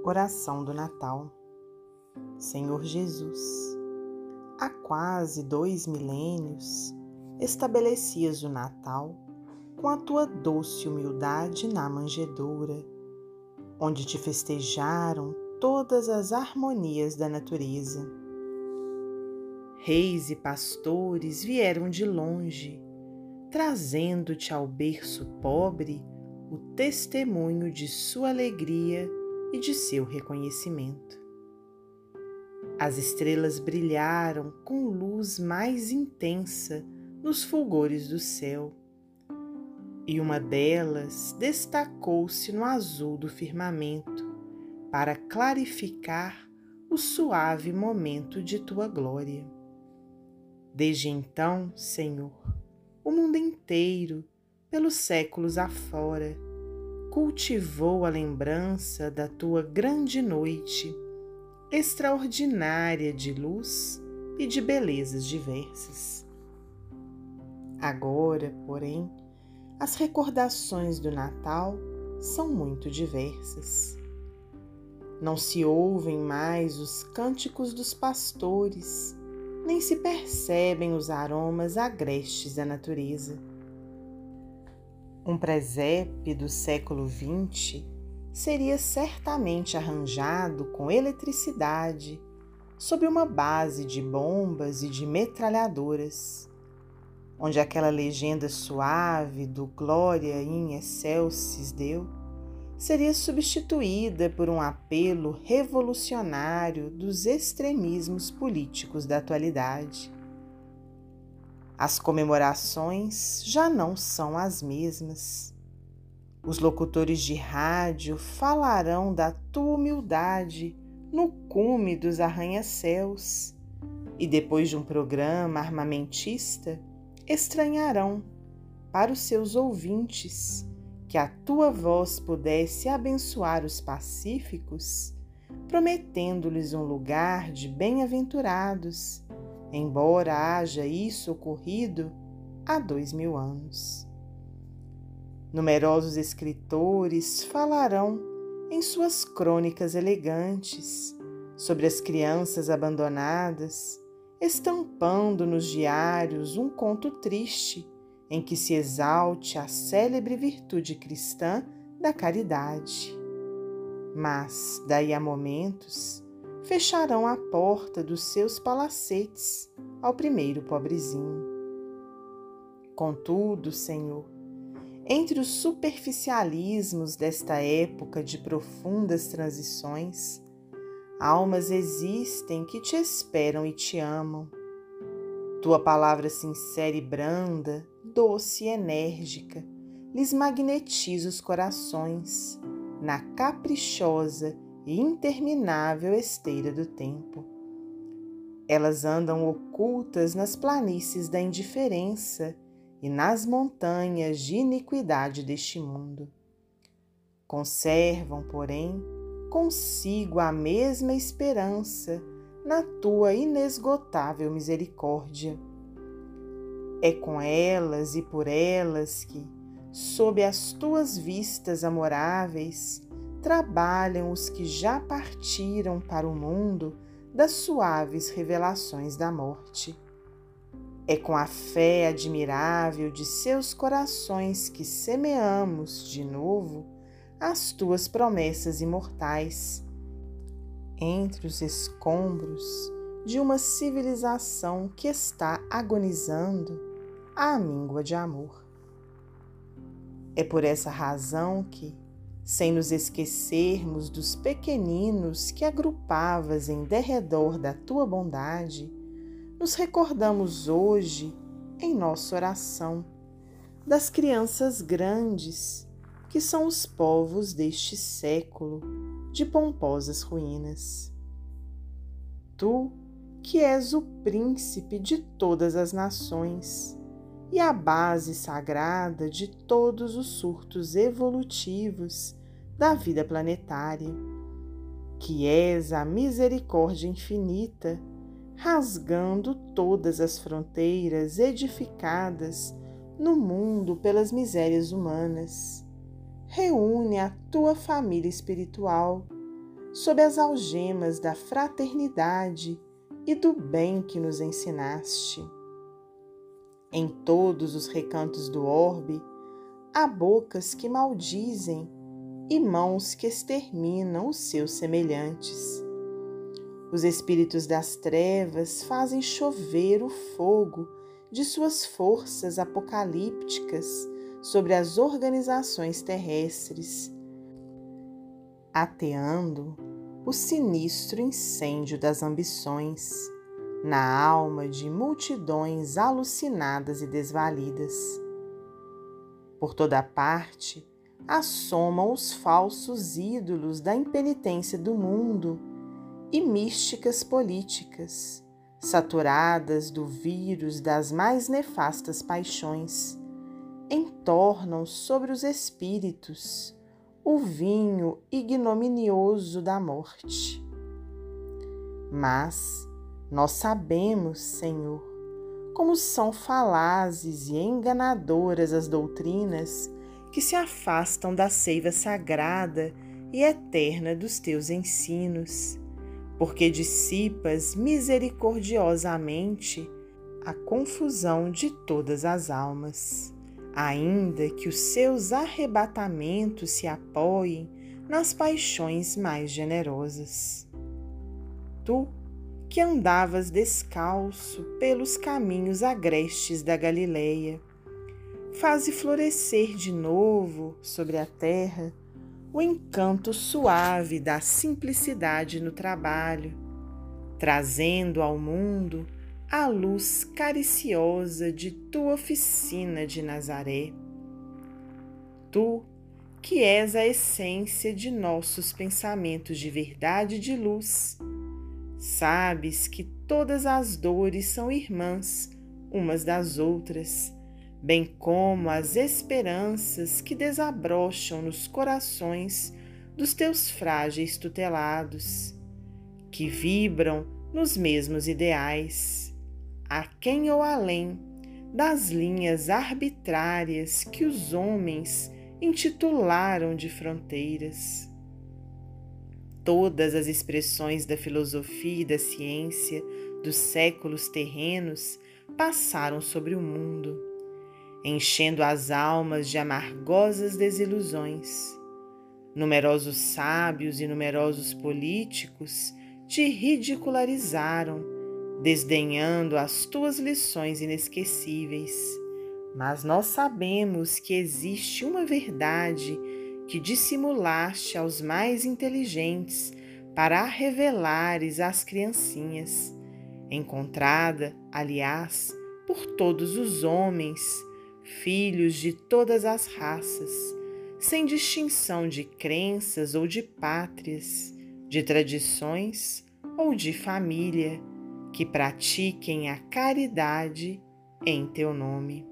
Oração do Natal. Senhor Jesus, há quase 2 milênios estabelecias o Natal com a tua doce humildade na manjedoura, onde te festejaram todas as harmonias da natureza. Reis e pastores vieram de longe, trazendo-te ao berço pobre o testemunho de sua alegria e de seu reconhecimento. As estrelas brilharam com luz mais intensa nos fulgores do céu, e uma delas destacou-se no azul do firmamento para clarificar o suave momento de tua glória. Desde então, Senhor, o mundo inteiro, pelos séculos afora, cultivou a lembrança da tua grande noite, extraordinária de luz e de belezas diversas. Agora, porém, as recordações do Natal são muito diversas. Não se ouvem mais os cânticos dos pastores, nem se percebem os aromas agrestes da natureza. Um presépio do século XX seria certamente arranjado com eletricidade, sob uma base de bombas e de metralhadoras, onde aquela legenda suave do Gloria in excelsis Deo seria substituída por um apelo revolucionário dos extremismos políticos da atualidade. As comemorações já não são as mesmas. Os locutores de rádio falarão da tua humildade no cume dos arranha-céus e, depois de um programa armamentista, estranharão para os seus ouvintes que a tua voz pudesse abençoar os pacíficos, prometendo-lhes um lugar de bem-aventurados, embora haja isso ocorrido há 2000 anos. Numerosos escritores falarão em suas crônicas elegantes sobre as crianças abandonadas, estampando nos diários um conto triste em que se exalte a célebre virtude cristã da caridade. Mas, daí a momentos, fecharão a porta dos seus palacetes ao primeiro pobrezinho. Contudo, Senhor, entre os superficialismos desta época de profundas transições, almas existem que te esperam e te amam. Tua palavra sincera e branda, doce e enérgica, lhes magnetiza os corações na caprichosa e interminável esteira do tempo. Elas andam ocultas nas planícies da indiferença e nas montanhas de iniquidade deste mundo. Conservam, porém, consigo a mesma esperança na tua inesgotável misericórdia. É com elas e por elas que, sob as tuas vistas amoráveis, trabalham os que já partiram para o mundo das suaves revelações da morte. É com a fé admirável de seus corações que semeamos, de novo, as tuas promessas imortais, entre os escombros de uma civilização que está agonizando à míngua de amor. É por essa razão que, sem nos esquecermos dos pequeninos que agrupavas em derredor da tua bondade, nos recordamos hoje, em nossa oração, das crianças grandes, que são os povos deste século de pomposas ruínas. Tu, que és o príncipe de todas as nações e a base sagrada de todos os surtos evolutivos da vida planetária, que és a misericórdia infinita, rasgando todas as fronteiras edificadas no mundo pelas misérias humanas, reúne a tua família espiritual sob as algemas da fraternidade e do bem que nos ensinaste. Em todos os recantos do orbe, há bocas que maldizem e mãos que exterminam os seus semelhantes. Os espíritos das trevas fazem chover o fogo de suas forças apocalípticas sobre as organizações terrestres, ateando o sinistro incêndio das ambições na alma de multidões alucinadas e desvalidas. Por toda parte, assomam os falsos ídolos da impenitência do mundo e místicas políticas, saturadas do vírus das mais nefastas paixões, entornam sobre os espíritos o vinho ignominioso da morte. Mas nós sabemos, Senhor, como são falazes e enganadoras as doutrinas que se afastam da seiva sagrada e eterna dos teus ensinos, porque dissipas misericordiosamente a confusão de todas as almas, ainda que os seus arrebatamentos se apoiem nas paixões mais generosas. Tu, que andavas descalço pelos caminhos agrestes da Galileia, faze florescer de novo sobre a terra o encanto suave da simplicidade no trabalho, trazendo ao mundo a luz cariciosa de tua oficina de Nazaré. Tu, que és a essência de nossos pensamentos de verdade e de luz, sabes que todas as dores são irmãs umas das outras, bem como as esperanças que desabrocham nos corações dos teus frágeis tutelados, que vibram nos mesmos ideais, aquém ou além das linhas arbitrárias que os homens intitularam de fronteiras. Todas as expressões da filosofia e da ciência dos séculos terrenos passaram sobre o mundo, enchendo as almas de amargosas desilusões. Numerosos sábios e numerosos políticos te ridicularizaram, desdenhando as tuas lições inesquecíveis. Mas nós sabemos que existe uma verdade que dissimulaste aos mais inteligentes para a revelares às criancinhas, encontrada, aliás, por todos os homens, filhos de todas as raças, sem distinção de crenças ou de pátrias, de tradições ou de família, que pratiquem a caridade em teu nome.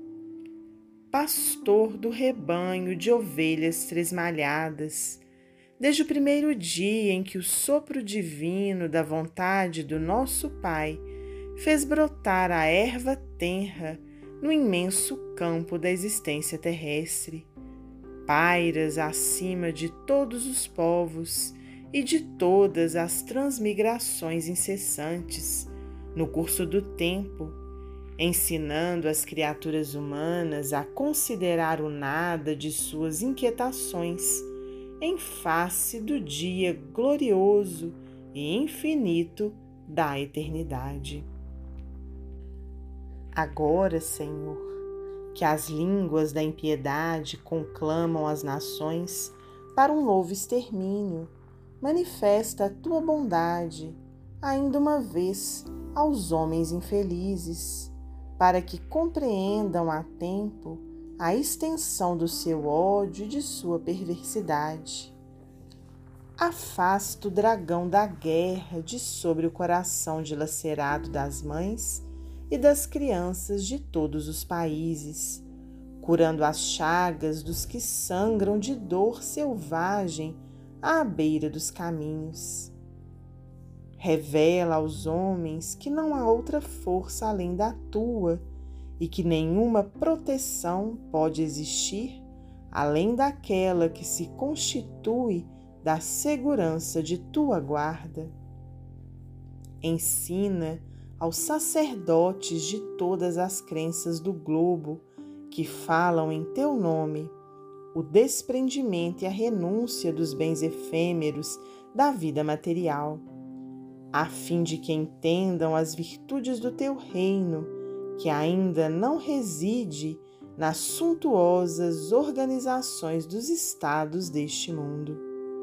Pastor do rebanho de ovelhas tresmalhadas, desde o primeiro dia em que o sopro divino da vontade do nosso Pai fez brotar a erva tenra no imenso campo da existência terrestre, pairas acima de todos os povos e de todas as transmigrações incessantes no curso do tempo, ensinando as criaturas humanas a considerar o nada de suas inquietações em face do dia glorioso e infinito da eternidade. Agora, Senhor, que as línguas da impiedade conclamam as nações para um novo extermínio, manifesta a tua bondade, ainda uma vez, aos homens infelizes, para que compreendam a tempo a extensão do seu ódio e de sua perversidade. Afasta o dragão da guerra de sobre o coração dilacerado das mães e das crianças de todos os países, curando as chagas dos que sangram de dor selvagem à beira dos caminhos. Revela aos homens que não há outra força além da tua e que nenhuma proteção pode existir além daquela que se constitui da segurança de tua guarda. Ensina aos sacerdotes de todas as crenças do globo que falam em teu nome o desprendimento e a renúncia dos bens efêmeros da vida material, a fim de que entendam as virtudes do teu reino, que ainda não reside nas suntuosas organizações dos estados deste mundo.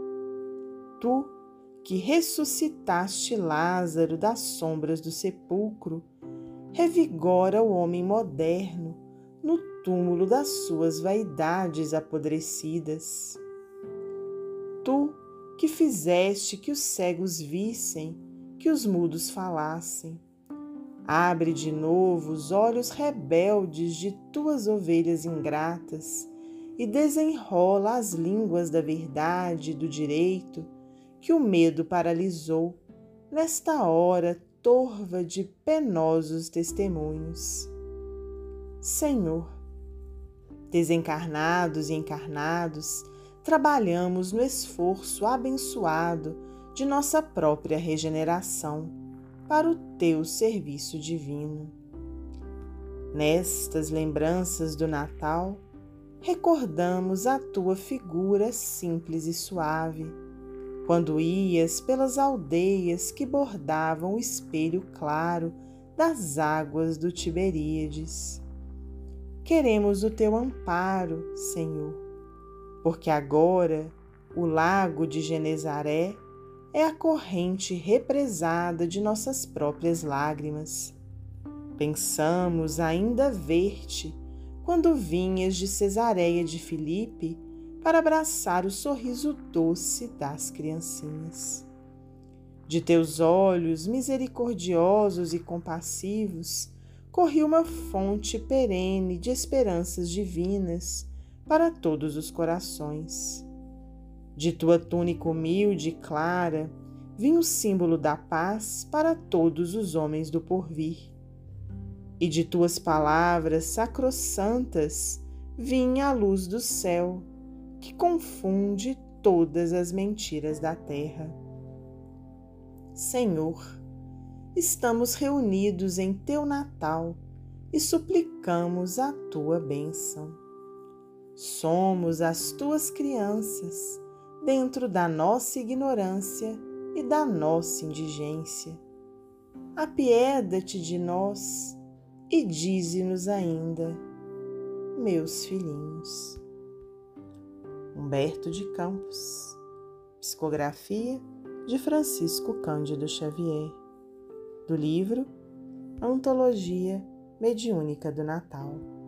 Tu, que ressuscitaste Lázaro das sombras do sepulcro, revigora o homem moderno no túmulo das suas vaidades apodrecidas. Tu, que fizeste que os cegos vissem, que os mudos falassem, abre de novo os olhos rebeldes de tuas ovelhas ingratas e desenrola as línguas da verdade e do direito que o medo paralisou nesta hora torva de penosos testemunhos. Senhor, desencarnados e encarnados, trabalhamos no esforço abençoado de nossa própria regeneração para o teu serviço divino. Nestas lembranças do Natal, recordamos a tua figura simples e suave, quando ias pelas aldeias que bordavam o espelho claro das águas do Tiberíades. Queremos o teu amparo, Senhor, porque agora o lago de Genezaré é a corrente represada de nossas próprias lágrimas. Pensamos ainda ver-te quando vinhas de Cesareia de Filipe para abraçar o sorriso doce das criancinhas. De teus olhos misericordiosos e compassivos corria uma fonte perene de esperanças divinas para todos os corações. De tua túnica humilde e clara vinha o símbolo da paz para todos os homens do porvir. E de tuas palavras sacrossantas vinha a luz do céu, que confunde todas as mentiras da terra. Senhor, estamos reunidos em teu Natal e suplicamos a tua bênção. Somos as tuas crianças, dentro da nossa ignorância e da nossa indigência. Apieda-te de nós e dize-nos ainda, meus filhinhos. Humberto de Campos. Psicografia de Francisco Cândido Xavier, do livro Antologia Mediúnica do Natal.